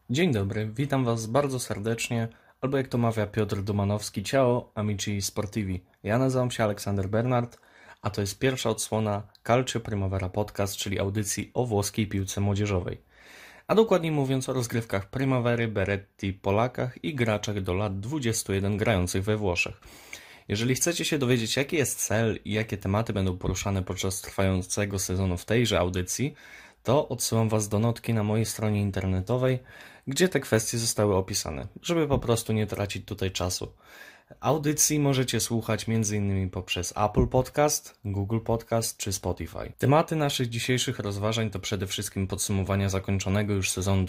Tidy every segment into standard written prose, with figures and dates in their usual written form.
Dzień dobry, witam Was bardzo serdecznie, albo jak to mawia Piotr Domanowski, ciao amici sportivi. Ja nazywam się Aleksander Bernard, a to jest pierwsza odsłona Calcio Primavera Podcast, czyli audycji o włoskiej piłce młodzieżowej. A dokładniej mówiąc o rozgrywkach Primavery, Beretti, Polakach i graczach do lat 21 grających we Włoszech. Jeżeli chcecie się dowiedzieć, jaki jest cel i jakie tematy będą poruszane podczas trwającego sezonu w tejże audycji, to odsyłam Was do notki na mojej stronie internetowej, gdzie te kwestie zostały opisane, żeby po prostu nie tracić tutaj czasu. Audycji możecie słuchać m.in. poprzez Apple Podcast, Google Podcast czy Spotify. Tematy naszych dzisiejszych rozważań to przede wszystkim podsumowania zakończonego już sezonu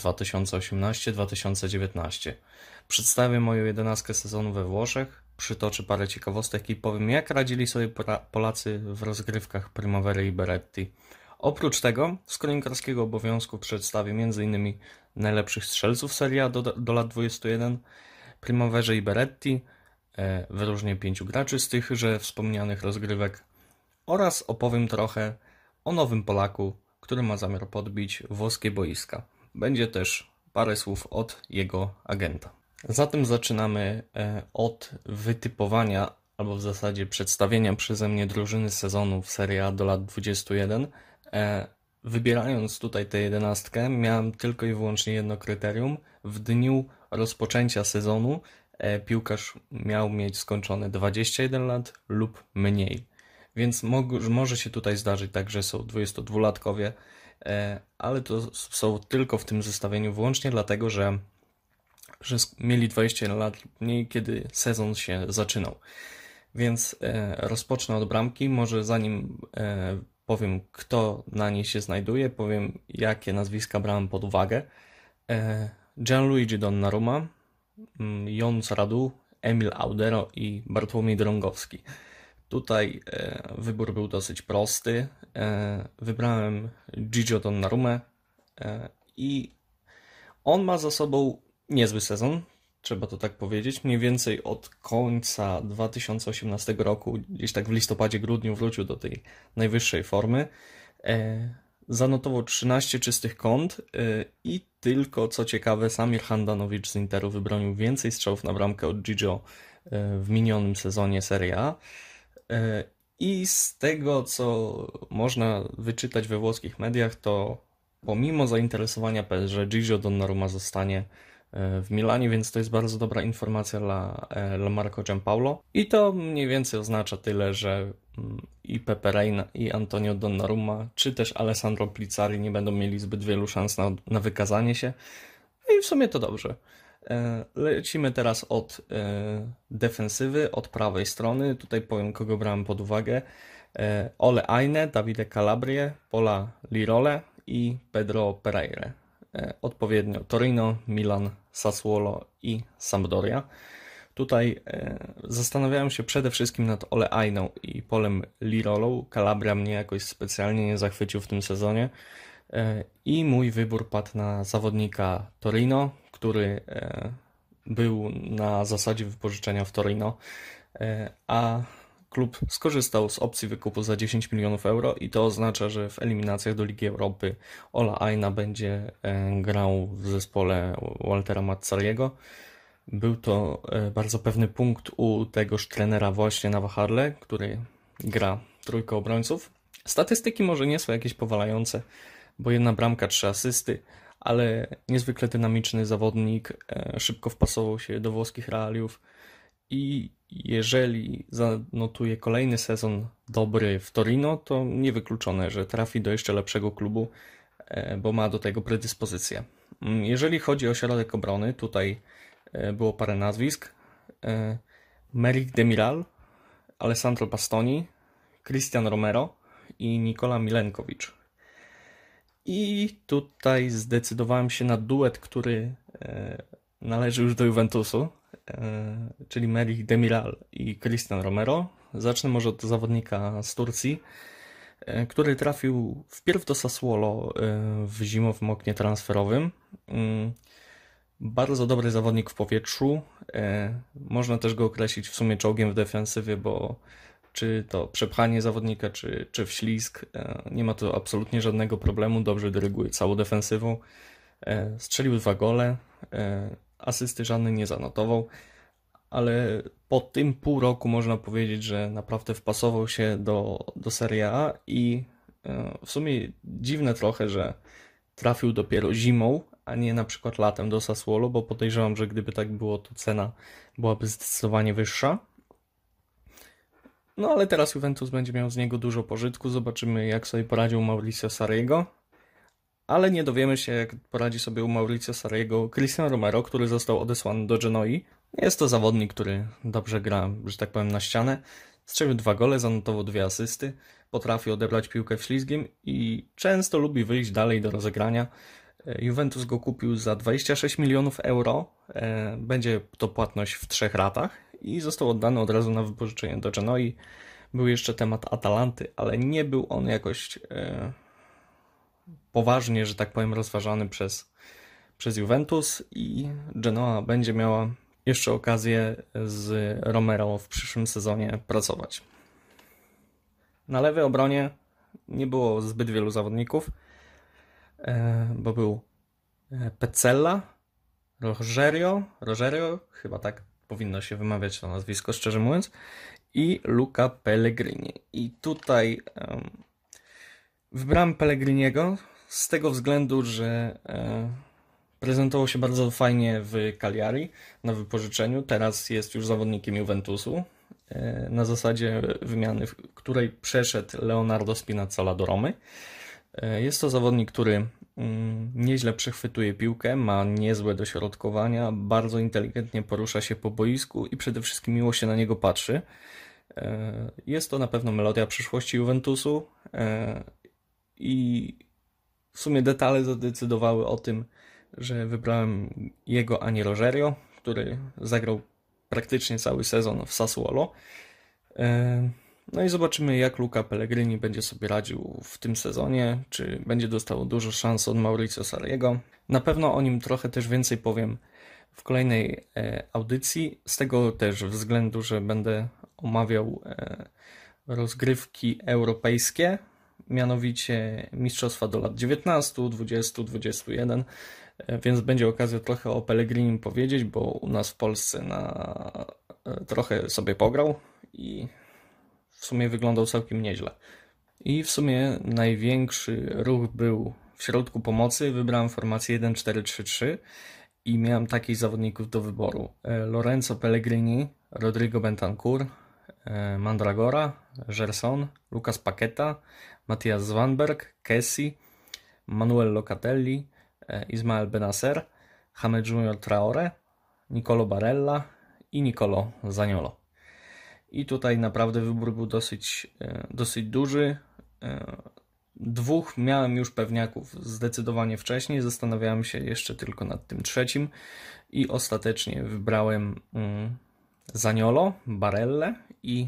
2018-2019. Przedstawię moją 11 sezonu we Włoszech, przytoczę parę ciekawostek i powiem, jak radzili sobie Polacy w rozgrywkach Primavery i Beretti. Oprócz tego z kronikarskiego obowiązku przedstawię m.in. najlepszych strzelców Serie A do lat 21, Primaverze i Beretti, wyróżnię 5 graczy z tychże wspomnianych rozgrywek oraz opowiem trochę o nowym Polaku, który ma zamiar podbić włoskie boiska. Będzie też parę słów od jego agenta. Zatem zaczynamy od wytypowania, albo w zasadzie przedstawienia przeze mnie drużyny sezonu w Serie A do lat 21. Wybierając tutaj tę 11, miałem tylko i wyłącznie jedno kryterium. W dniu rozpoczęcia sezonu piłkarz miał mieć skończone 21 lat lub mniej. Więc może się tutaj zdarzyć tak, że są 22-latkowie, ale to są tylko w tym zestawieniu wyłącznie dlatego, że mieli 21 lat lub mniej, kiedy sezon się zaczynał. Więc rozpocznę od bramki. Może zanim powiem, kto na niej się znajduje, powiem, jakie nazwiska brałem pod uwagę. Gianluigi Donnarumma, Jon Radu, Emil Audero i Bartłomiej Drągowski. Tutaj wybór był dosyć prosty. Wybrałem Gigio Donnarummę i on ma za sobą niezły sezon, trzeba to tak powiedzieć. Mniej więcej od końca 2018 roku, gdzieś tak w listopadzie, grudniu wrócił do tej najwyższej formy. Zanotował 13 czystych kąt i tylko, co ciekawe, Samir Handanovic z Interu wybronił więcej strzałów na bramkę od Gigio w minionym sezonie Serie A. I z tego, co można wyczytać we włoskich mediach, to pomimo zainteresowania PSG, Gigio Donnarumma zostanie w Milanie, więc to jest bardzo dobra informacja dla Marco Giampaolo. I to mniej więcej oznacza tyle, że i Pepe Reina, i Antonio Donnarumma, czy też Alessandro Pizzari nie będą mieli zbyt wielu szans na wykazanie się. No i w sumie to dobrze. Lecimy teraz od defensywy, od prawej strony. Tutaj powiem, kogo brałem pod uwagę. Ole Aine, Davide Calabrie, Paula Lirole i Pedro Pereira. Odpowiednio Torino, Milan, Sassuolo i Sampdoria. Tutaj zastanawiałem się przede wszystkim nad Ole Ainą i Polem Lirolą. Calabria mnie jakoś specjalnie nie zachwycił w tym sezonie. I mój wybór padł na zawodnika Torino, który był na zasadzie wypożyczenia w Torino, a klub skorzystał z opcji wykupu za 10 milionów euro i to oznacza, że w eliminacjach do Ligi Europy Ola Aina będzie grał w zespole Waltera Mazzariego. Był to bardzo pewny punkt u tegoż trenera właśnie na Wahadle, który gra trójkę obrońców. Statystyki może nie są jakieś powalające, bo jedna bramka, 3 asysty, ale niezwykle dynamiczny zawodnik, szybko wpasował się do włoskich realiów i jeżeli zanotuje kolejny sezon dobry w Torino, to niewykluczone, że trafi do jeszcze lepszego klubu, bo ma do tego predyspozycję. Jeżeli chodzi o środek obrony, tutaj było parę nazwisk. Merrick Demiral, Alessandro Bastoni, Cristian Romero i Nikola Milenkowicz. I tutaj zdecydowałem się na duet, który należy już do Juventusu, czyli Merrick Demiral i Cristian Romero. Zacznę może od zawodnika z Turcji, który trafił wpierw do Sassuolo w zimowym oknie transferowym. Bardzo dobry zawodnik w powietrzu. Można też go określić w sumie czołgiem w defensywie, bo czy to przepchanie zawodnika, czy wślizg, nie ma tu absolutnie żadnego problemu. Dobrze dyryguje całą defensywą. Strzelił 2 gole, asysty żadnej nie zanotował, ale po tym pół roku można powiedzieć, że naprawdę wpasował się do Serie A i w sumie dziwne trochę, że trafił dopiero zimą, a nie na przykład latem do Sassuolo, bo podejrzewam, że gdyby tak było, to cena byłaby zdecydowanie wyższa. No ale teraz Juventus będzie miał z niego dużo pożytku, zobaczymy jak sobie poradził Mauricio Sarriego. Ale nie dowiemy się, jak poradzi sobie u Mauricio Sarriego Cristian Romero, który został odesłany do Genoi. Jest to zawodnik, który dobrze gra, że tak powiem, na ścianę. Strzelił 2 gole, zanotował 2 asysty, potrafi odebrać piłkę ślizgiem i często lubi wyjść dalej do rozegrania. Juventus go kupił za 26 milionów euro. Będzie to płatność w 3 ratach i został oddany od razu na wypożyczenie do Genoi. Był jeszcze temat Atalanty, ale nie był on jakoś poważnie, że tak powiem, rozważany przez Juventus i Genoa będzie miała jeszcze okazję z Romero w przyszłym sezonie pracować. Na lewej obronie nie było zbyt wielu zawodników, bo był Pezzella, Rogerio, chyba tak powinno się wymawiać to nazwisko, szczerze mówiąc, i Luca Pellegrini. I tutaj wybrałem Pellegriniego z tego względu, że prezentował się bardzo fajnie w Cagliari na wypożyczeniu. Teraz jest już zawodnikiem Juventusu na zasadzie wymiany, w której przeszedł Leonardo Spinazzola do Romy. Jest to zawodnik, który nieźle przechwytuje piłkę, ma niezłe dośrodkowania, bardzo inteligentnie porusza się po boisku i przede wszystkim miło się na niego patrzy. Jest to na pewno melodia przyszłości Juventusu i w sumie detale zadecydowały o tym, że wybrałem jego, a nie Rogerio, który zagrał praktycznie cały sezon w Sassuolo. No i zobaczymy, jak Luca Pellegrini będzie sobie radził w tym sezonie, czy będzie dostał dużo szans od Mauricio Sarriego. Na pewno o nim trochę też więcej powiem w kolejnej audycji, z tego też względu, że będę omawiał rozgrywki europejskie, mianowicie mistrzostwa do lat 19, 20, 21, więc będzie okazja trochę o Pellegrinim powiedzieć, bo u nas w Polsce trochę sobie pograł i w sumie wyglądał całkiem nieźle. I w sumie największy ruch był w środku pomocy. Wybrałem formację 1-4-3-3 i miałem takich zawodników do wyboru: Lorenzo Pellegrini, Rodrigo Bentancur, Mandragora, Gerson, Lucas Paqueta, Matthias Svanberg, Kessi, Manuel Locatelli, Ismael Benacer, James Junior Traore, Nicolo Barella i Nicolo Zaniolo. I tutaj naprawdę wybór był dosyć duży. 2 miałem już pewniaków zdecydowanie wcześniej, zastanawiałem się jeszcze tylko nad tym 3 i ostatecznie wybrałem Zaniolo, Barellę i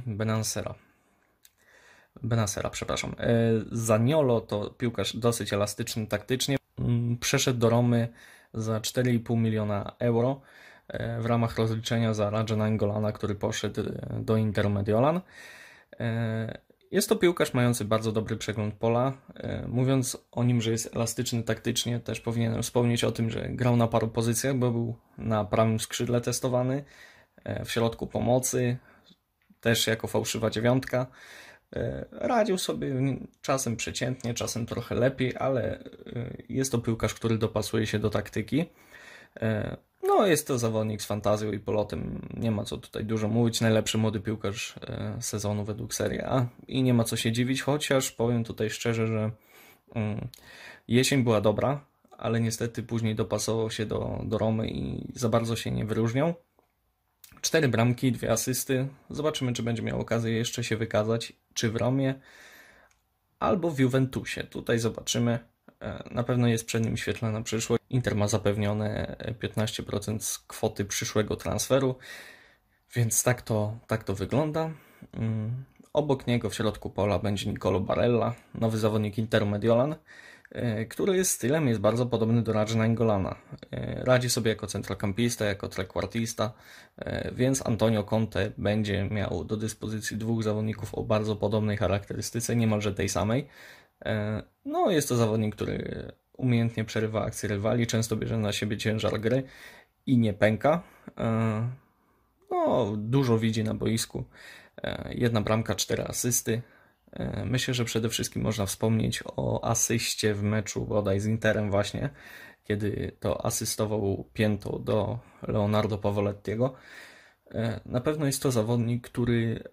Benacera, przepraszam. Zaniolo to piłkarz dosyć elastyczny taktycznie. Przeszedł do Romy za 4,5 miliona euro w ramach rozliczenia za Radja Naingolana, który poszedł do Interu Mediolan. Jest to piłkarz mający bardzo dobry przegląd pola. Mówiąc o nim, że jest elastyczny taktycznie, też powinienem wspomnieć o tym, że grał na paru pozycjach, bo był na prawym skrzydle testowany, w środku pomocy, też jako fałszywa 9. Radził sobie czasem przeciętnie, czasem trochę lepiej, ale jest to piłkarz, który dopasuje się do taktyki. No, jest to zawodnik z fantazją i polotem, nie ma co tutaj dużo mówić, najlepszy młody piłkarz sezonu według Serie A i nie ma co się dziwić, chociaż powiem tutaj szczerze, że jesień była dobra, ale niestety później dopasował się do Romy i za bardzo się nie wyróżniał. 4 bramki, 2 asysty, zobaczymy, czy będzie miał okazję jeszcze się wykazać, czy w Romie, albo w Juventusie, tutaj zobaczymy. Na pewno jest przed nim świetlana przyszłość. Inter ma zapewnione 15% z kwoty przyszłego transferu, więc tak to wygląda. Obok niego w środku pola będzie Nicolo Barella, nowy zawodnik Interu Mediolan, który stylem jest bardzo podobny do Radja Naingolana. Radzi sobie jako centrocampista, jako trequartista, więc Antonio Conte będzie miał do dyspozycji 2 zawodników o bardzo podobnej charakterystyce, niemalże tej samej. No, jest to zawodnik, który umiejętnie przerywa akcje rywali, często bierze na siebie ciężar gry i nie pęka. No, dużo widzi na boisku. 1 bramka, 4 asysty. Myślę, że przede wszystkim można wspomnieć o asyście w meczu bodaj z Interem właśnie, kiedy to asystował piętą do Leonardo Pavolettiego. Na pewno jest to zawodnik, który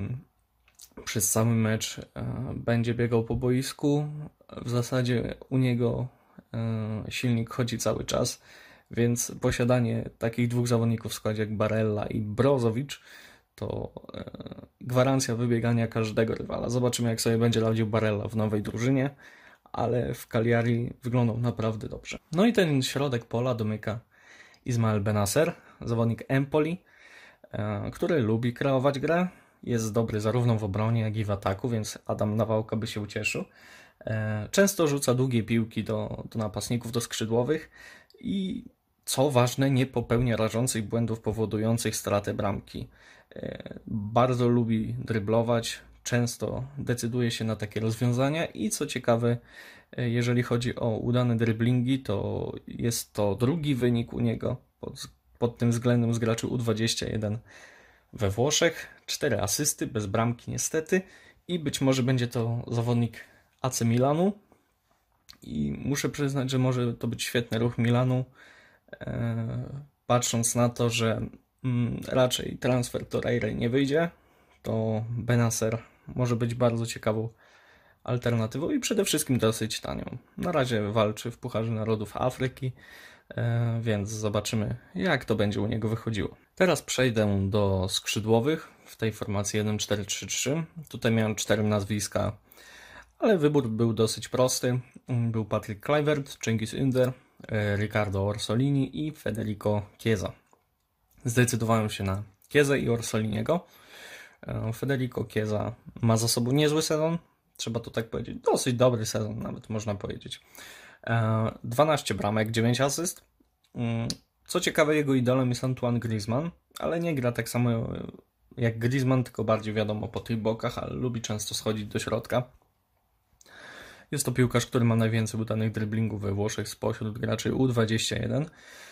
przez cały mecz będzie biegał po boisku. W zasadzie u niego silnik chodzi cały czas, więc posiadanie takich 2 zawodników w składzie jak Barella i Brozovic to gwarancja wybiegania każdego rywala. Zobaczymy, jak sobie będzie radził Barella w nowej drużynie, ale w Cagliari wyglądał naprawdę dobrze. No i ten środek pola domyka Ismael Benacer, zawodnik Empoli, który lubi kreować grę. Jest dobry zarówno w obronie, jak i w ataku, więc Adam Nawałka by się ucieszył. Często rzuca długie piłki do napastników, do skrzydłowych i co ważne, nie popełnia rażących błędów powodujących stratę bramki. Bardzo lubi dryblować, często decyduje się na takie rozwiązania i co ciekawe, jeżeli chodzi o udane dryblingi, to jest to drugi wynik u niego pod tym względem z graczy U21 we Włoszech. 4 asysty, bez bramki niestety i być może będzie to zawodnik AC Milanu i muszę przyznać, że może to być świetny ruch Milanu, patrząc na to, że raczej transfer Torreira nie wyjdzie, to Benacer może być bardzo ciekawą alternatywą i przede wszystkim dosyć tanią. Na razie walczy w Pucharze Narodów Afryki, więc zobaczymy, jak to będzie u niego wychodziło. Teraz przejdę do skrzydłowych w tej formacji 1-4-3-3. Tutaj miałem 4 nazwiska, ale wybór był dosyć prosty. Był Patrick Kluivert, Cengiz Ünder, Riccardo Orsolini i Federico Chiesa. Zdecydowałem się na Chiesę i Orsoliniego. Federico Chiesa ma za sobą niezły sezon, trzeba to tak powiedzieć, dosyć dobry sezon nawet można powiedzieć. 12 bramek, 9 asyst. Co ciekawe, jego idolem jest Antoine Griezmann, ale nie gra tak samo jak Griezmann, tylko bardziej wiadomo po tych bokach, ale lubi często schodzić do środka. Jest to piłkarz, który ma najwięcej udanych driblingów we Włoszech spośród graczy U21.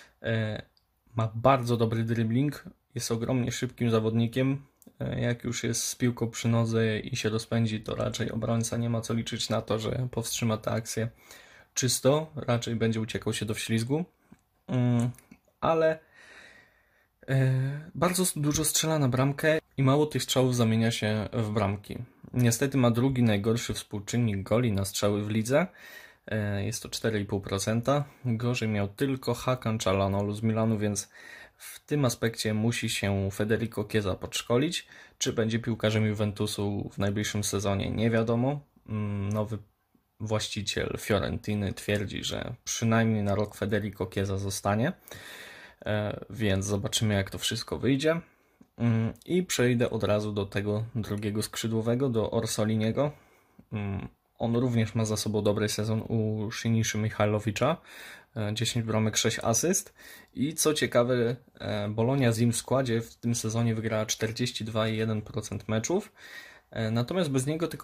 Ma bardzo dobry dribbling, jest ogromnie szybkim zawodnikiem. Jak już jest z piłką przy nodze i się rozpędzi, to raczej obrońca nie ma co liczyć na to, że powstrzyma tę akcję czysto. Raczej będzie uciekał się do wślizgu. Ale bardzo dużo strzela na bramkę i mało tych strzałów zamienia się w bramki. Niestety ma drugi najgorszy współczynnik goli na strzały w lidze. Jest to 4,5%. Gorzej miał tylko Hakan Çalhanoğlu z Milanu, więc w tym aspekcie musi się Federico Chiesa podszkolić. Czy będzie piłkarzem Juventusu w najbliższym sezonie, nie wiadomo. Nowy właściciel Fiorentiny twierdzi, że przynajmniej na rok Federico Chiesa zostanie. Więc zobaczymy, jak to wszystko wyjdzie. I przejdę od razu do tego drugiego skrzydłowego, do Orsoliniego. On również ma za sobą dobry sezon u Siniszy Mihajlowicza. 10 bramek, 6 asyst. I co ciekawe, Bologna z nim w składzie w tym sezonie wygrała 42,1% meczów. Natomiast bez niego tylko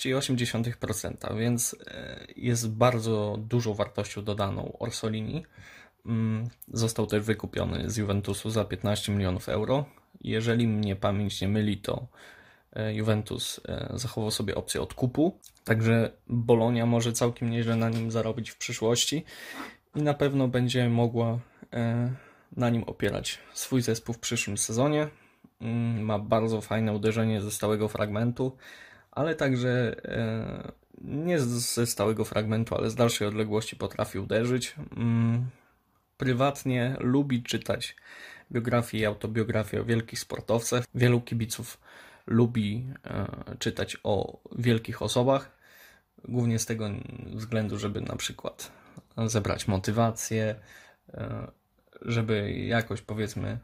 15,8%, więc jest bardzo dużą wartością dodaną Orsolini. Został też wykupiony z Juventusu za 15 milionów euro. Jeżeli mnie pamięć nie myli, to Juventus zachował sobie opcję odkupu, także Bologna może całkiem nieźle na nim zarobić w przyszłości i na pewno będzie mogła na nim opierać swój zespół w przyszłym sezonie. Ma bardzo fajne uderzenie ze stałego fragmentu, ale także nie ze stałego fragmentu, ale z dalszej odległości potrafi uderzyć. Prywatnie lubi czytać biografie i autobiografie o wielkich sportowcach. Wielu kibiców lubi czytać o wielkich osobach, głównie z tego względu, żeby na przykład zebrać motywację, żeby jakoś powiedzmy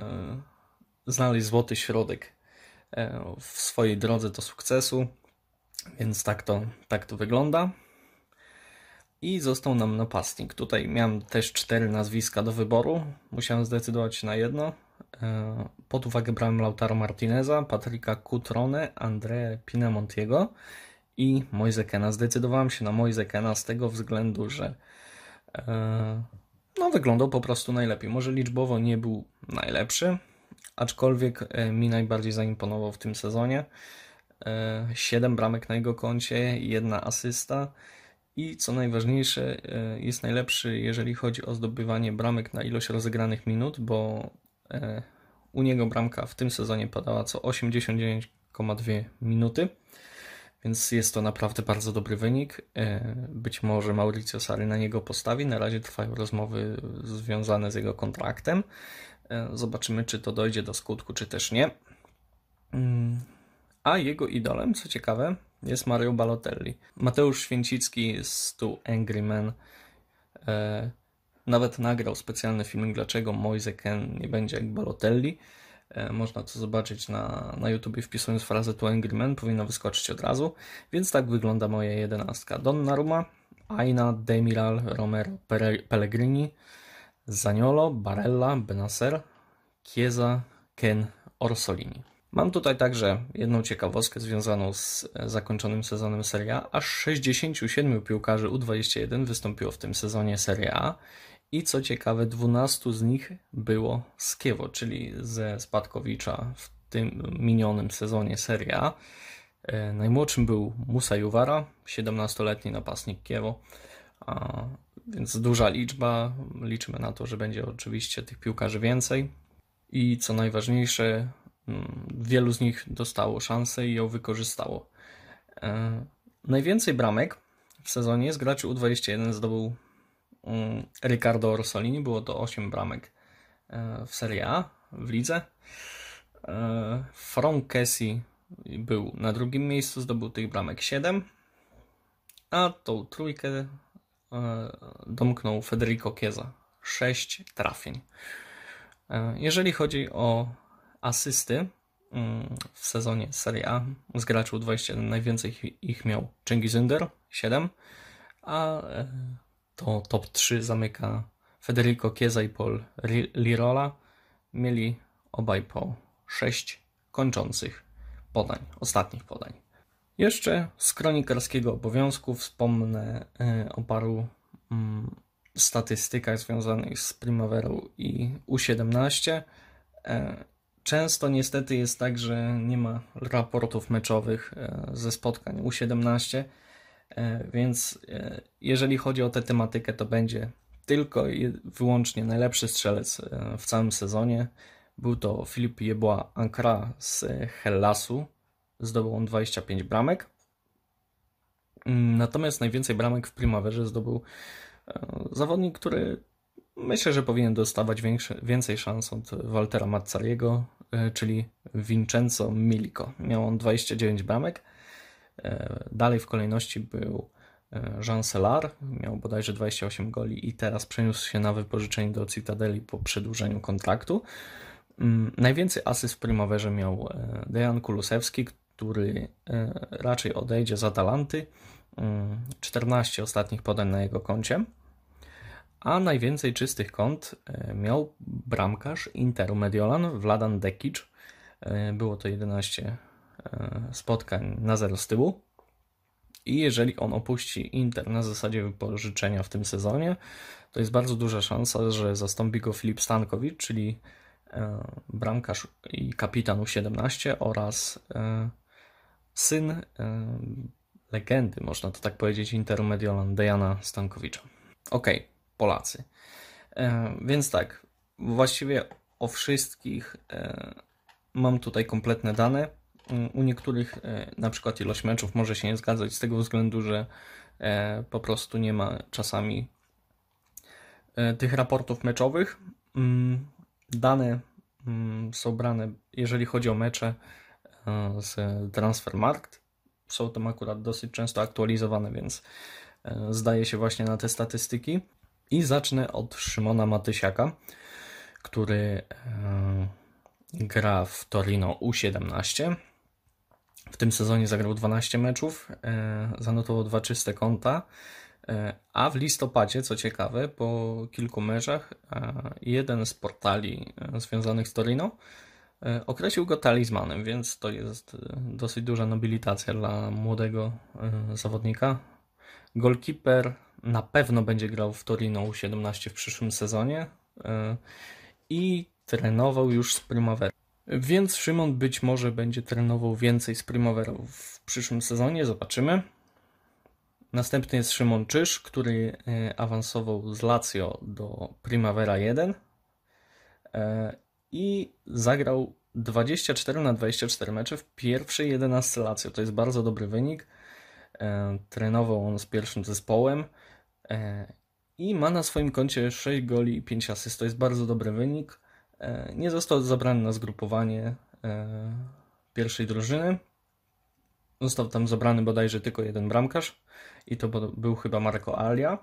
znaleźć złoty środek w swojej drodze do sukcesu, więc tak to wygląda. I został nam napastnik. Tutaj miałem też 4 nazwiska do wyboru. Musiałem zdecydować się na jedno. Pod uwagę brałem Lautaro Martineza, Patryka Cutrone, André Pinamontiego i Moise Keana. Zdecydowałem się na Moise Keana z tego względu, że wyglądał po prostu najlepiej. Może liczbowo nie był najlepszy, aczkolwiek mi najbardziej zaimponował w tym sezonie. 7 bramek na jego koncie, 1 asysta i co najważniejsze, jest najlepszy, jeżeli chodzi o zdobywanie bramek na ilość rozegranych minut, bo u niego bramka w tym sezonie padała co 89,2 minuty, więc jest to naprawdę bardzo dobry wynik. Być może Mauricio Sarri na niego postawi. Na razie trwają rozmowy związane z jego kontraktem. Zobaczymy, czy to dojdzie do skutku, czy też nie. A jego idolem, co ciekawe, jest Mario Balotelli. Mateusz Święcicki z 100 Angry Men nawet nagrał specjalny film, dlaczego Moise Kean nie będzie jak Balotelli. Można to zobaczyć na YouTubie, wpisując frazę 100 Angry Men, powinno wyskoczyć od razu. Więc tak wygląda moja 11. Donnarumma, Aina, Demiral, Romero, Pellegrini, Zaniolo, Barella, Benacer, Chiesa, Kean, Orsolini. Mam tutaj także jedną ciekawostkę związaną z zakończonym sezonem Serie A. Aż 67 piłkarzy U21 wystąpiło w tym sezonie Serie A i co ciekawe 12 z nich było z Chievo, czyli ze Spadkowicza w tym minionym sezonie Serie A. Najmłodszym był Musa Juvara, 17-letni napastnik Chievo, więc duża liczba. Liczymy na to, że będzie oczywiście tych piłkarzy więcej i co najważniejsze, wielu z nich dostało szansę i ją wykorzystało. Najwięcej bramek w sezonie z graczy U21 zdobył Riccardo Orsolini. Było to 8 bramek w Serie A, w lidze. Franck Kessie był na drugim miejscu, zdobył tych bramek 7. A tą trójkę domknął Federico Chiesa. 6 trafień. Jeżeli chodzi o asysty w sezonie Serie A z graczy U21, najwięcej ich miał Cengiz Ünder, 7, a to top 3 zamyka Federico Chiesa i Paul Lirola. Mieli obaj po 6 kończących podań, ostatnich podań. Jeszcze z kronikarskiego obowiązku wspomnę o paru statystykach związanych z Primaverą i U17. Często niestety jest tak, że nie ma raportów meczowych ze spotkań U17, więc jeżeli chodzi o tę tematykę, to będzie tylko i wyłącznie najlepszy strzelec w całym sezonie. Był to Philippe Yeboah-Ancra z Hellasu. Zdobył on 25 bramek. Natomiast najwięcej bramek w Primaverze zdobył zawodnik, który myślę, że powinien dostawać więcej szans od Waltera Mazzariego, czyli Vincenzo Milico. Miał on 29 bramek. Dalej w kolejności był Jean Selar, miał bodajże 28 goli i teraz przeniósł się na wypożyczenie do Cytadeli po przedłużeniu kontraktu. Najwięcej asyst w Primaverze miał Dejan Kulusewski, który raczej odejdzie z Atalanty. 14 ostatnich podań na jego koncie. A najwięcej czystych kąt miał bramkarz Interu Mediolan, Vladan Dekic. Było to 11 spotkań na 0 z tyłu. I jeżeli on opuści Inter na zasadzie wypożyczenia w tym sezonie, to jest bardzo duża szansa, że zastąpi go Filip Stankovic, czyli bramkarz i kapitan U17 oraz syn legendy, można to tak powiedzieć, Interu Mediolan, Dejana Stankowicza. Okej, Polacy. Więc tak, właściwie o wszystkich mam tutaj kompletne dane. U niektórych na przykład ilość meczów może się nie zgadzać z tego względu, że po prostu nie ma czasami tych raportów meczowych. Dane są brane, jeżeli chodzi o mecze, z Transfermarkt. Są tam akurat dosyć często aktualizowane, więc zdaje się właśnie na te statystyki. I zacznę od Szymona Matysiaka, który gra w Torino U17. W tym sezonie zagrał 12 meczów, zanotował 2 czyste konta, a w listopadzie, co ciekawe, po kilku meczach jeden z portali związanych z Torino Określił go talizmanem, więc to jest dosyć duża nobilitacja dla młodego zawodnika. Goalkeeper na pewno będzie grał w Torino U17 w przyszłym sezonie i trenował już z Primaverą. Więc Szymon być może będzie trenował więcej z Primaverą w przyszłym sezonie, zobaczymy. Następny jest Szymon Czyż, który awansował z Lazio do Primavera 1 i zagrał 24 na 24 mecze w pierwszej 11 Lazio. To jest bardzo dobry wynik. Trenował on z pierwszym zespołem i ma na swoim koncie 6 goli i 5 asyst. To jest bardzo dobry wynik. Nie został zabrany na zgrupowanie pierwszej drużyny. Został tam zabrany bodajże tylko jeden bramkarz i to był chyba Marco Alia.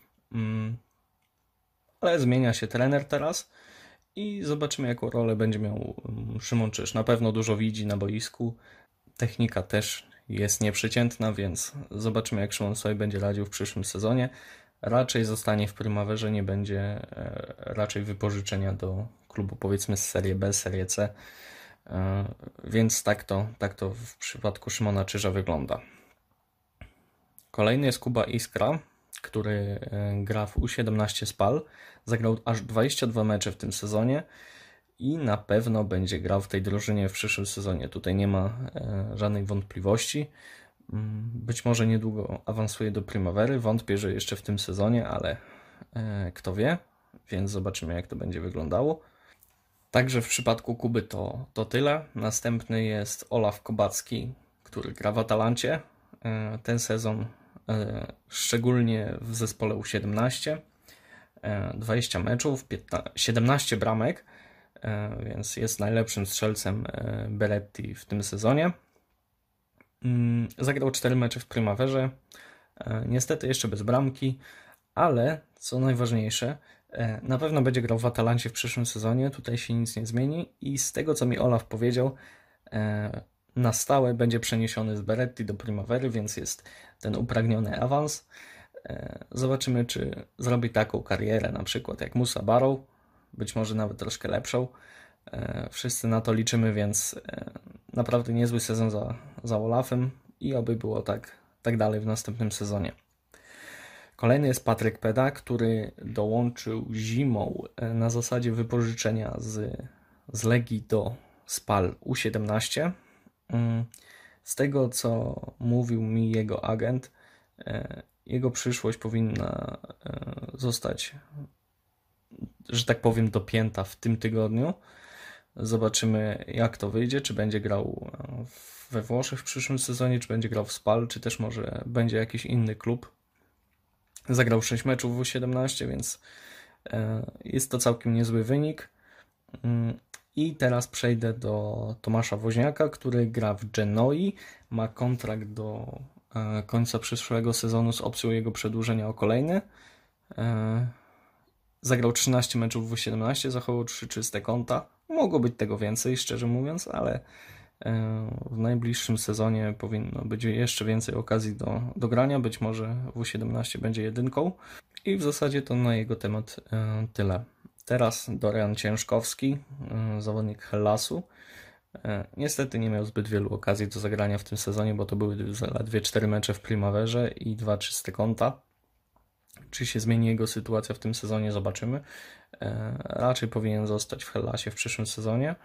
Ale zmienia się trener teraz i zobaczymy, jaką rolę będzie miał Szymon Czyż. Na pewno dużo widzi na boisku. Technika też jest nieprzeciętna, więc zobaczymy, jak Szymon sobie będzie radził w przyszłym sezonie. Raczej zostanie w Primaverze, nie będzie raczej wypożyczenia do klubu, powiedzmy z Serie B, Serie C. Więc tak to w przypadku Szymona Czyża wygląda. Kolejny jest Kuba Iskra, który gra w U17 Spal. Zagrał aż 22 mecze w tym sezonie i na pewno będzie grał w tej drużynie w przyszłym sezonie. Tutaj nie ma żadnych wątpliwości. Być może niedługo awansuje do Primavery. Wątpię, że jeszcze w tym sezonie, ale kto wie, więc zobaczymy, jak to będzie wyglądało. Także w przypadku Kuby to tyle. Następny jest Olaf Kobacki, który gra w Atalancie. Ten sezon szczególnie w zespole U17. 20 meczów, 17 bramek, więc jest najlepszym strzelcem Beretti w tym sezonie. Zagrał 4 mecze w Primaverze, niestety jeszcze bez bramki, ale co najważniejsze, na pewno będzie grał w Atalancie w przyszłym sezonie, tutaj się nic nie zmieni i z tego, co mi Olaf powiedział, na stałe będzie przeniesiony z Beretti do Primavery, więc jest ten upragniony awans. Zobaczymy, czy zrobi taką karierę na przykład jak Musa Barrow, być może nawet troszkę lepszą. Wszyscy na to liczymy, więc naprawdę niezły sezon za Olafem i oby było tak dalej w następnym sezonie. Kolejny jest Patryk Peda, który dołączył zimą na zasadzie wypożyczenia z Legii do Spal U17. Z tego, co mówił mi jego agent, jego przyszłość powinna zostać, że tak powiem, dopięta w tym tygodniu. Zobaczymy, jak to wyjdzie, czy będzie grał we Włoszech w przyszłym sezonie, czy będzie grał w Spal, czy też może będzie jakiś inny klub. Zagrał 6 meczów w U17, więc jest to całkiem niezły wynik. I teraz przejdę do Tomasza Woźniaka, który gra w Genoi, ma kontrakt do końca przyszłego sezonu z opcją jego przedłużenia o kolejny. Zagrał 13 meczów w U17, zachował 3 czyste konta. Mogło być tego więcej, szczerze mówiąc, ale w najbliższym sezonie powinno być jeszcze więcej okazji do grania. Być może w U17 będzie jedynką. I w zasadzie to na jego temat tyle. Teraz Dorian Ciężkowski, zawodnik Hellasu. Niestety nie miał zbyt wielu okazji do zagrania w tym sezonie, bo to były zaledwie 4 mecze w Primaverze i 2 czyste konta. Czy się zmieni jego sytuacja w tym sezonie, zobaczymy. Raczej powinien zostać w Hellasie w przyszłym sezonie.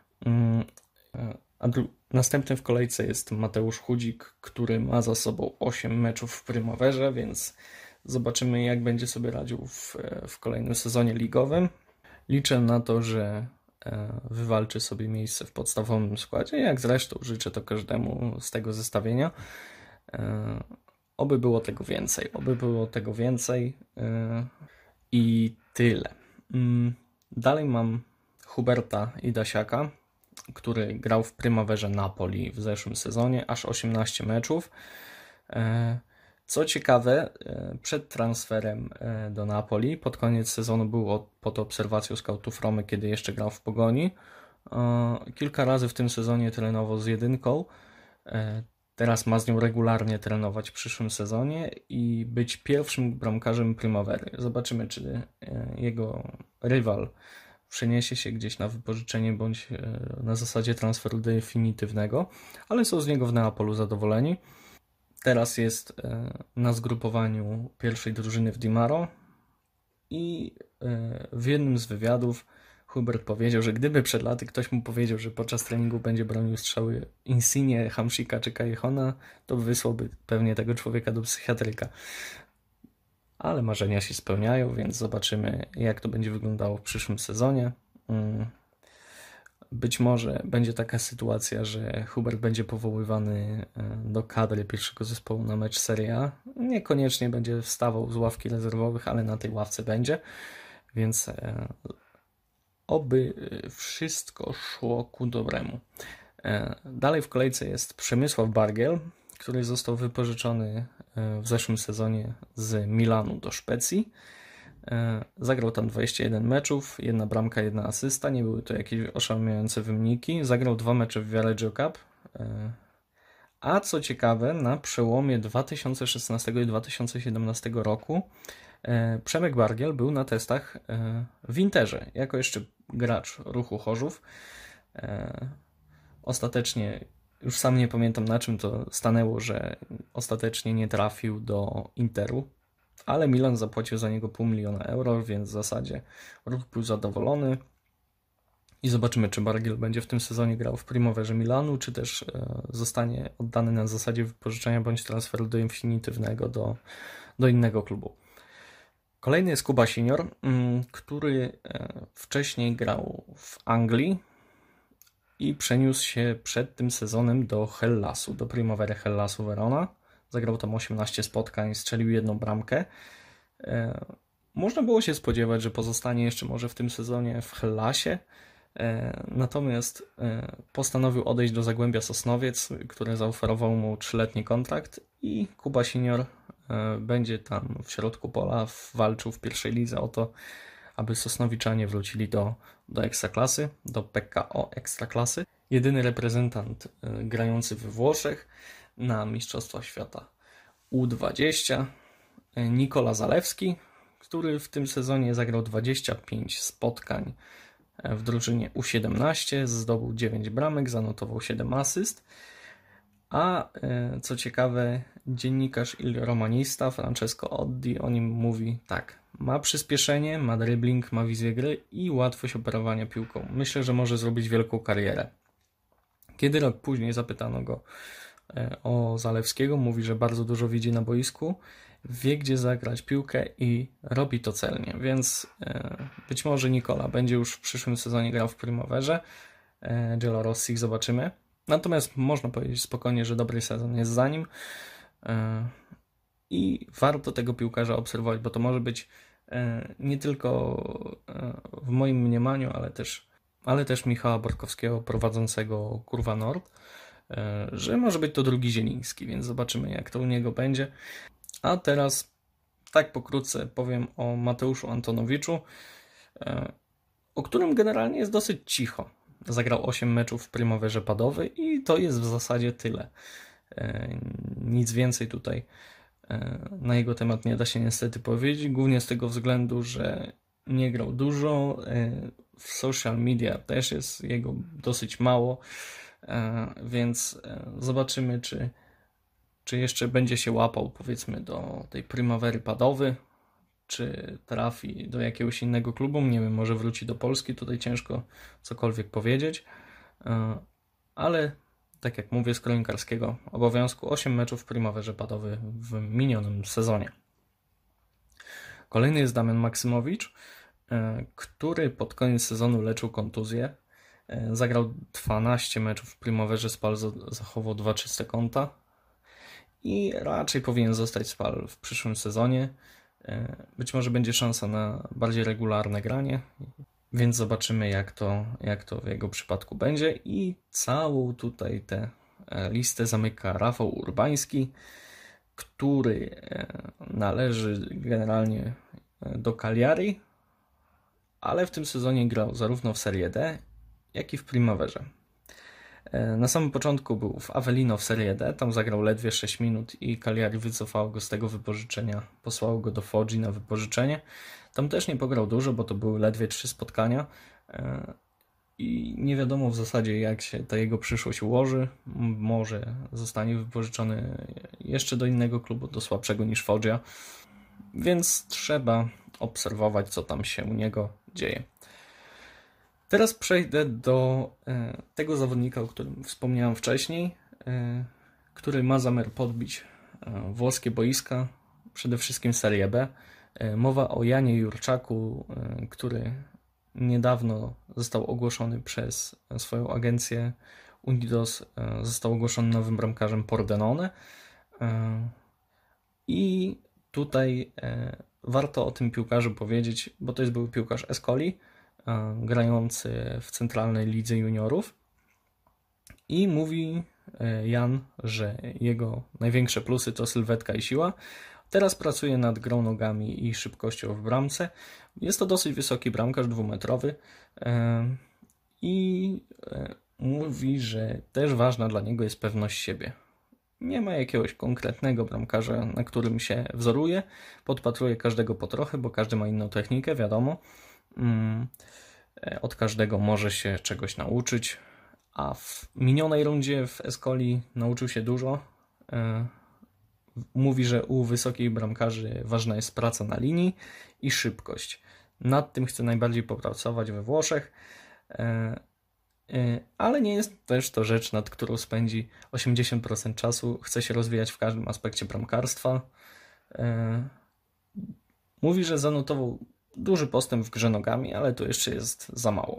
Następny w kolejce jest Mateusz Chudzik, który ma za sobą 8 meczów w Primaverze, więc zobaczymy, jak będzie sobie radził w kolejnym sezonie ligowym. Liczę na to, że wywalczy sobie miejsce w podstawowym składzie, jak zresztą życzę to każdemu z tego zestawienia. Oby było tego więcej i tyle. Dalej mam Huberta Idasiaka, który grał w Primaverze Napoli w zeszłym sezonie, aż 18 meczów. Co ciekawe, przed transferem do Napoli, pod koniec sezonu był pod obserwacją skautów Romy, kiedy jeszcze grał w Pogoni. Kilka razy w tym sezonie trenował z jedynką. Teraz ma z nią regularnie trenować w przyszłym sezonie i być pierwszym bramkarzem Primavery. Zobaczymy, czy jego rywal przeniesie się gdzieś na wypożyczenie bądź na zasadzie transferu definitywnego, ale są z niego w Neapolu zadowoleni. Teraz jest na zgrupowaniu pierwszej drużyny w Di Maro i w jednym z wywiadów Hubert powiedział, że gdyby przed laty ktoś mu powiedział, że podczas treningu będzie bronił strzały Insigne, Hamsika czy Callejona, to wysłałby pewnie tego człowieka do psychiatryka. Ale marzenia się spełniają, więc zobaczymy, jak to będzie wyglądało w przyszłym sezonie. Być może będzie taka sytuacja, że Hubert będzie powoływany do kadry pierwszego zespołu na mecz Serie A. Niekoniecznie będzie wstawał z ławki rezerwowych, ale na tej ławce będzie, więc oby wszystko szło ku dobremu. Dalej w kolejce jest Przemysław Bargiel, który został wypożyczony w zeszłym sezonie z Milanu do Szwecji. Zagrał tam 21 meczów, 1 bramka, 1 asysta, nie były to jakieś oszałamiające wyniki. Zagrał 2 mecze w Viareggio Cup, a co ciekawe, na przełomie 2016 i 2017 roku Przemek Bargiel był na testach w Interze, jako jeszcze gracz Ruchu Chorzów. Ostatecznie, już sam nie pamiętam na czym to stanęło, że ostatecznie nie trafił do Interu, ale Milan zapłacił za niego 500 000 euro, więc w zasadzie Ruch był zadowolony i zobaczymy, czy Bargiel będzie w tym sezonie grał w Primaverze Milanu, czy też zostanie oddany na zasadzie wypożyczenia bądź transferu definitywnego do innego klubu. Kolejny jest Kuba Senior, który wcześniej grał w Anglii i przeniósł się przed tym sezonem do Hellasu, do Primavery Hellasu Verona. Zagrał tam 18 spotkań, strzelił 1 bramkę. Można było się spodziewać, że pozostanie jeszcze może w tym sezonie w Hellasie, natomiast postanowił odejść do Zagłębia Sosnowiec, które zaoferował mu 3-letni kontrakt i Kuba Senior będzie tam w środku pola walczył w pierwszej lidze o to, aby Sosnowiczanie wrócili do Ekstraklasy, do PKO Ekstraklasy. Jedyny reprezentant grający we Włoszech na Mistrzostwach Świata U20, Nikola Zalewski, który w tym sezonie zagrał 25 spotkań w drużynie U17, zdobył 9 bramek, zanotował 7 asyst, a co ciekawe, dziennikarz Il Romanista Francesco Oddi o nim mówi tak: ma przyspieszenie, ma dribbling, ma wizję gry i łatwość operowania piłką. Myślę, że może zrobić wielką karierę. Kiedy rok później zapytano go o Zalewskiego, mówi, że bardzo dużo widzi na boisku, wie gdzie zagrać piłkę i robi to celnie, więc być może Nikola będzie już w przyszłym sezonie grał w Primaverze Giallorossi, zobaczymy. Natomiast można powiedzieć spokojnie, że dobry sezon jest za nim i warto tego piłkarza obserwować, bo to może być nie tylko w moim mniemaniu, ale też Michała Borkowskiego prowadzącego Kurwa Nord, że może być to drugi Zieliński, więc zobaczymy, jak to u niego będzie. A teraz tak pokrótce powiem o Mateuszu Antonowiczu, o którym generalnie jest dosyć cicho. Zagrał 8 meczów w Primaverze Padowy i to jest w zasadzie tyle. Nic więcej tutaj na jego temat nie da się niestety powiedzieć, głównie z tego względu, że nie grał dużo, w social media też jest jego dosyć mało, więc zobaczymy, czy jeszcze będzie się łapał, powiedzmy, do tej Primavery Padowy, czy trafi do jakiegoś innego klubu, nie wiem, może wróci do Polski, tutaj ciężko cokolwiek powiedzieć, ale tak jak mówię, z kronikarskiego obowiązku 8 meczów w Primaverze Padowy w minionym sezonie. Kolejny jest Damian Maksymowicz, który pod koniec sezonu leczył kontuzję. Zagrał 12 meczów w Primaverze Spal, zachował 2 czyste konta i raczej powinien zostać Spal w przyszłym sezonie. Być może będzie szansa na bardziej regularne granie, więc zobaczymy, jak to w jego przypadku będzie. I całą tutaj tę listę zamyka Rafał Urbański, który należy generalnie do Cagliari, ale w tym sezonie grał zarówno w Serie D, jak i w Primaverze. Na samym początku był w Avellino w Serie D, tam zagrał ledwie 6 minut i Cagliari wycofało go z tego wypożyczenia, posłało go do Foggi na wypożyczenie. Tam też nie pograł dużo, bo to były ledwie 3 spotkania, i nie wiadomo w zasadzie, jak się ta jego przyszłość ułoży. Może zostanie wypożyczony jeszcze do innego klubu, do słabszego niż Foggia, więc trzeba obserwować, co tam się u niego dzieje. Teraz przejdę do tego zawodnika, o którym wspomniałem wcześniej, który ma zamiar podbić włoskie boiska, przede wszystkim Serie B. Mowa o Janie Jurczaku, który niedawno został ogłoszony przez swoją agencję Unidos, został ogłoszony nowym bramkarzem Pordenone. I tutaj warto o tym piłkarzu powiedzieć, bo to jest były piłkarz Escoli, grający w centralnej lidze juniorów. I mówi Jan, że jego największe plusy to sylwetka i siła. Teraz pracuje nad grą nogami i szybkością w bramce. Jest to dosyć wysoki bramkarz, 2-metrowy. I mówi, że też ważna dla niego jest pewność siebie. Nie ma jakiegoś konkretnego bramkarza, na którym się wzoruje. Podpatruje każdego po trochę, bo każdy ma inną technikę, wiadomo. Od każdego może się czegoś nauczyć. A w minionej rundzie w Escoli nauczył się dużo. Mówi, że u wysokich bramkarzy ważna jest praca na linii i szybkość. Nad tym chce najbardziej popracować we Włoszech, ale nie jest też to rzecz, nad którą spędzi 80% czasu. Chce się rozwijać w każdym aspekcie bramkarstwa. Mówi, że zanotował duży postęp w grze nogami, ale to jeszcze jest za mało.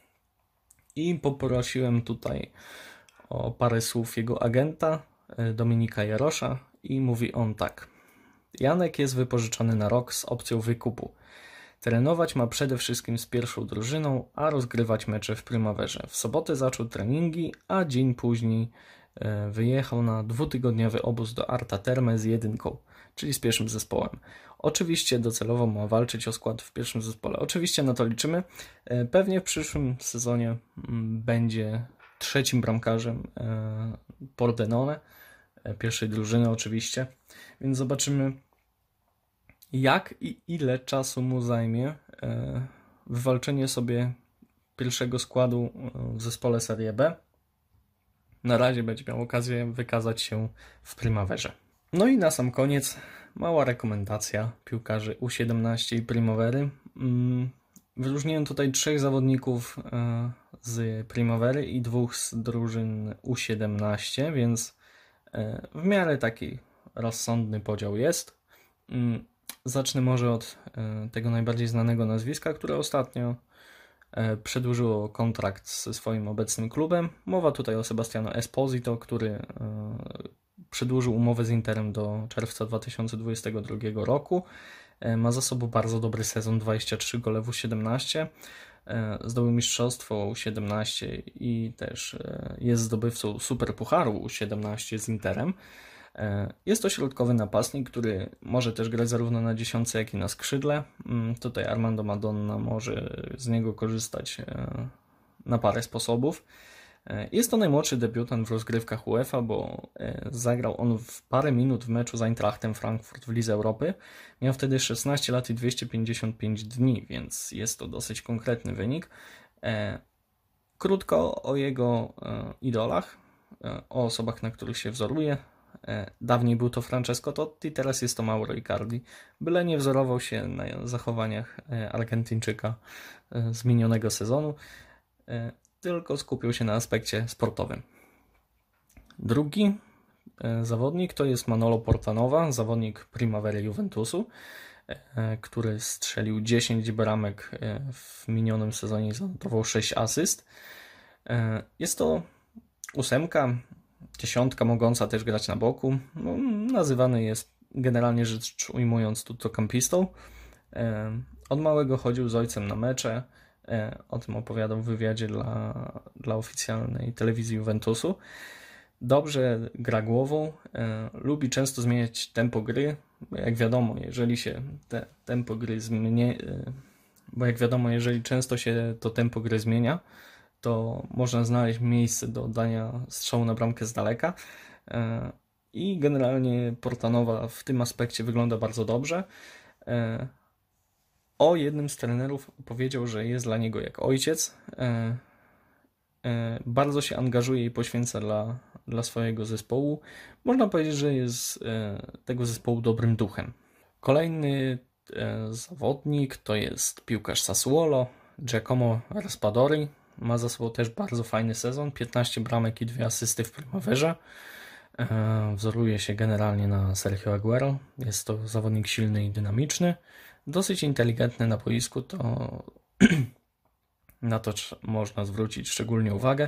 I poprosiłem tutaj o parę słów jego agenta, Dominika Jarosza, i mówi on tak. Janek jest wypożyczony na rok z opcją wykupu. Trenować ma przede wszystkim z pierwszą drużyną, a rozgrywać mecze w Primaverze. W sobotę zaczął treningi, a dzień później wyjechał na 2-tygodniowy obóz do Arta Terme z jedynką, czyli z pierwszym zespołem. Oczywiście docelowo ma walczyć o skład w pierwszym zespole. Oczywiście na to liczymy. Pewnie w przyszłym sezonie będzie trzecim bramkarzem Pordenone, pierwszej drużyny oczywiście, więc zobaczymy, jak i ile czasu mu zajmie wywalczenie sobie pierwszego składu w zespole Serie B. Na razie będzie miał okazję wykazać się w Primaverze. No i na sam koniec mała rekomendacja piłkarzy U17 i Primavery. Wyróżniłem tutaj 3 zawodników z Primavery i 2 z drużyn U17, więc w miarę taki rozsądny podział jest. Zacznę może od tego najbardziej znanego nazwiska, które ostatnio przedłużyło kontrakt ze swoim obecnym klubem. Mowa tutaj o Sebastiano Esposito, który przedłużył umowę z Interem do czerwca 2022 roku. Ma za sobą bardzo dobry sezon, 23 gole w U17. Zdobył mistrzostwo U17 i też jest zdobywcą Superpucharu U17 z Interem. Jest to środkowy napastnik, który może też grać zarówno na dziesiątce, jak i na skrzydle. Tutaj Armando Madonna może z niego korzystać na parę sposobów. Jest to najmłodszy debiutant w rozgrywkach UEFA, bo zagrał on w parę minut w meczu z Eintrachtem Frankfurt w Lidze Europy. Miał wtedy 16 lat i 255 dni, więc jest to dosyć konkretny wynik. Krótko o jego idolach, o osobach, na których się wzoruje. Dawniej był to Francesco Totti, teraz jest to Mauro Icardi. Byle nie wzorował się na zachowaniach Argentyńczyka z minionego sezonu, tylko skupił się na aspekcie sportowym. Drugi zawodnik to jest Manolo Portanova, zawodnik Primavery Juventusu, który strzelił 10 bramek w minionym sezonie i zanotował 6 asyst. Jest to 8, 10 mogąca też grać na boku. No, nazywany jest generalnie rzecz ujmując tuttocampistą. Od małego chodził z ojcem na mecze. O tym opowiadał w wywiadzie dla oficjalnej telewizji Juventusu. Dobrze gra głową, lubi często zmieniać tempo gry. Jak wiadomo, jeżeli się tempo gry zmienia, bo jak wiadomo, jeżeli często się to tempo gry zmienia, to można znaleźć miejsce do oddania strzału na bramkę z daleka. I generalnie Portanova w tym aspekcie wygląda bardzo dobrze. o jednym z trenerów powiedział, że jest dla niego jak ojciec. Bardzo się angażuje i poświęca dla swojego zespołu. Można powiedzieć, że jest tego zespołu dobrym duchem. Kolejny zawodnik to jest piłkarz Sassuolo, Giacomo Raspadori. Ma za sobą też bardzo fajny sezon, 15 bramek i 2 asysty w Primaverze. Wzoruje się generalnie na Sergio Aguero. Jest to zawodnik silny i dynamiczny, dosyć inteligentny na boisku, to na to można zwrócić szczególnie uwagę.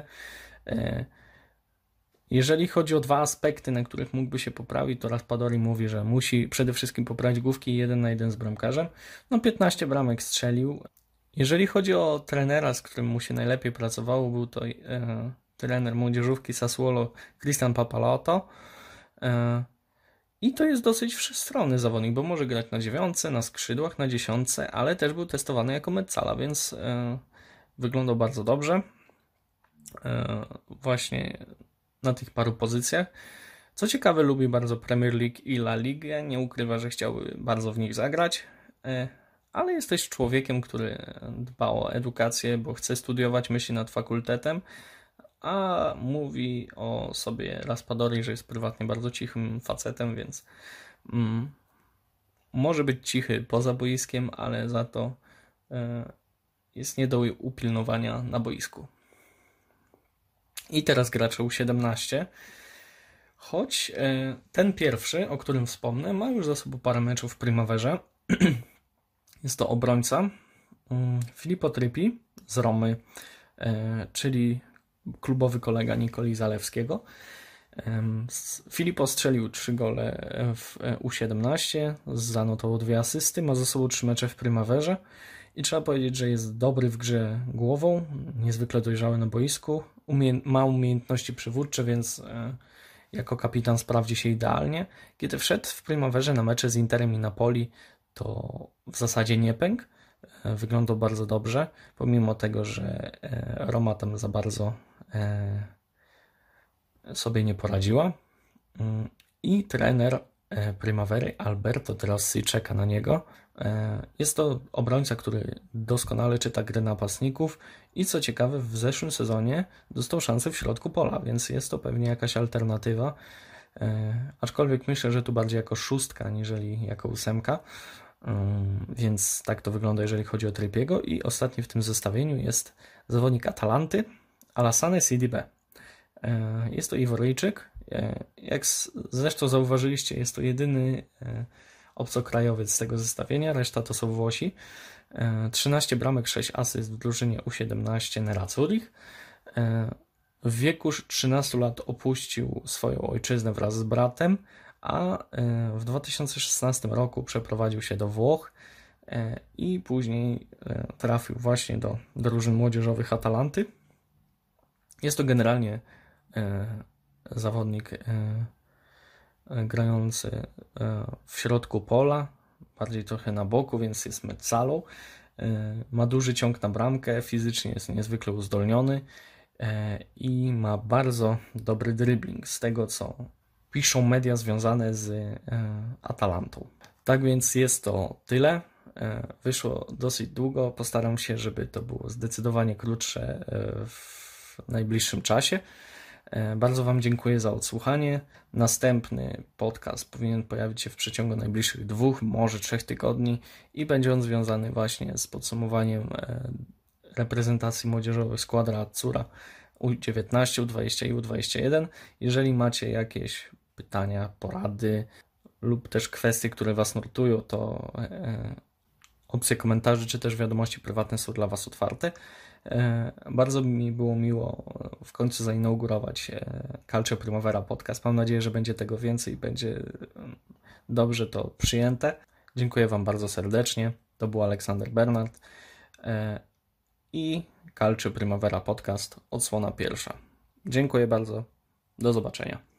Jeżeli chodzi o 2 aspekty, na których mógłby się poprawić, to Raspadori mówi, że musi przede wszystkim poprawić główki 1 na 1 z bramkarzem. 15 bramek strzelił. Jeżeli chodzi o trenera, z którym mu się najlepiej pracowało, był to trener młodzieżówki Sassuolo Cristian Papalotto. I to jest dosyć wszechstronny zawodnik, bo może grać na 9, na skrzydłach, na 10, ale też był testowany jako mezzala, więc wyglądał bardzo dobrze. Właśnie na tych paru pozycjach. Co ciekawe, lubi bardzo Premier League i La Ligę. Nie ukrywa, że chciałby bardzo w nich zagrać, ale jest też człowiekiem, który dba o edukację, bo chce studiować, myśli nad fakultetem, a mówi o sobie Raspadori, że jest prywatnie bardzo cichym facetem, więc może być cichy poza boiskiem, ale za to jest nie do upilnowania na boisku. I teraz gracze U17, choć ten pierwszy, o którym wspomnę, ma już za sobą parę meczów w Primaverze. Jest to obrońca Filippo Trippi z Romy, czyli klubowy kolega Nikoli Zalewskiego. Filippo strzelił 3 gole w U17, zanotował 2 asysty, ma za sobą 3 mecze w Primaverze i trzeba powiedzieć, że jest dobry w grze głową, niezwykle dojrzały na boisku, ma umiejętności przywódcze, więc jako kapitan sprawdzi się idealnie. Kiedy wszedł w Primaverze na mecze z Interem i Napoli, to w zasadzie nie pękł. Wyglądał bardzo dobrze, pomimo tego, że Roma tam za bardzo sobie nie poradziła. I trener Primavery Alberto De Rossi czeka na niego. Jest to obrońca, który doskonale czyta gry napastników i co ciekawe, w zeszłym sezonie dostał szansę w środku pola, więc jest to pewnie jakaś alternatywa. Aczkolwiek myślę, że tu bardziej jako 6 aniżeli jako 8. Więc tak to wygląda, jeżeli chodzi o Trippiego. I ostatni w tym zestawieniu jest zawodnik Atalanty, Alassane Sidibe. Jest to Iworyjczyk. Jak zresztą zauważyliście, jest to jedyny obcokrajowiec z tego zestawienia, reszta to są Włosi. 13 bramek, 6 asyst w drużynie U17 Nerazzurich. W wieku 13 lat opuścił swoją ojczyznę wraz z bratem, a w 2016 roku przeprowadził się do Włoch i później trafił właśnie do drużyn młodzieżowych Atalanty. Jest to generalnie zawodnik grający w środku pola, bardziej trochę na boku, więc jest mezzalą. Ma duży ciąg na bramkę, fizycznie jest niezwykle uzdolniony i ma bardzo dobry dribbling, z tego co piszą media związane z Atalantą. Tak więc jest to tyle. Wyszło dosyć długo. Postaram się, żeby to było zdecydowanie krótsze w najbliższym czasie. Bardzo Wam dziękuję za odsłuchanie. Następny podcast powinien pojawić się w przeciągu najbliższych 2, może 3 tygodni i będzie on związany właśnie z podsumowaniem reprezentacji młodzieżowych Squadra Azzurra U19, U20 i U21. Jeżeli macie jakieś pytania, porady lub też kwestie, które Was nurtują, to opcje komentarzy czy też wiadomości prywatne są dla Was otwarte. Bardzo mi było miło w końcu zainaugurować Calcio Primavera podcast. Mam nadzieję, że będzie tego więcej i będzie dobrze to przyjęte. Dziękuję Wam bardzo serdecznie. To był Aleksander Bernard i Calcio Primavera podcast, odsłona pierwsza. Dziękuję bardzo. Do zobaczenia.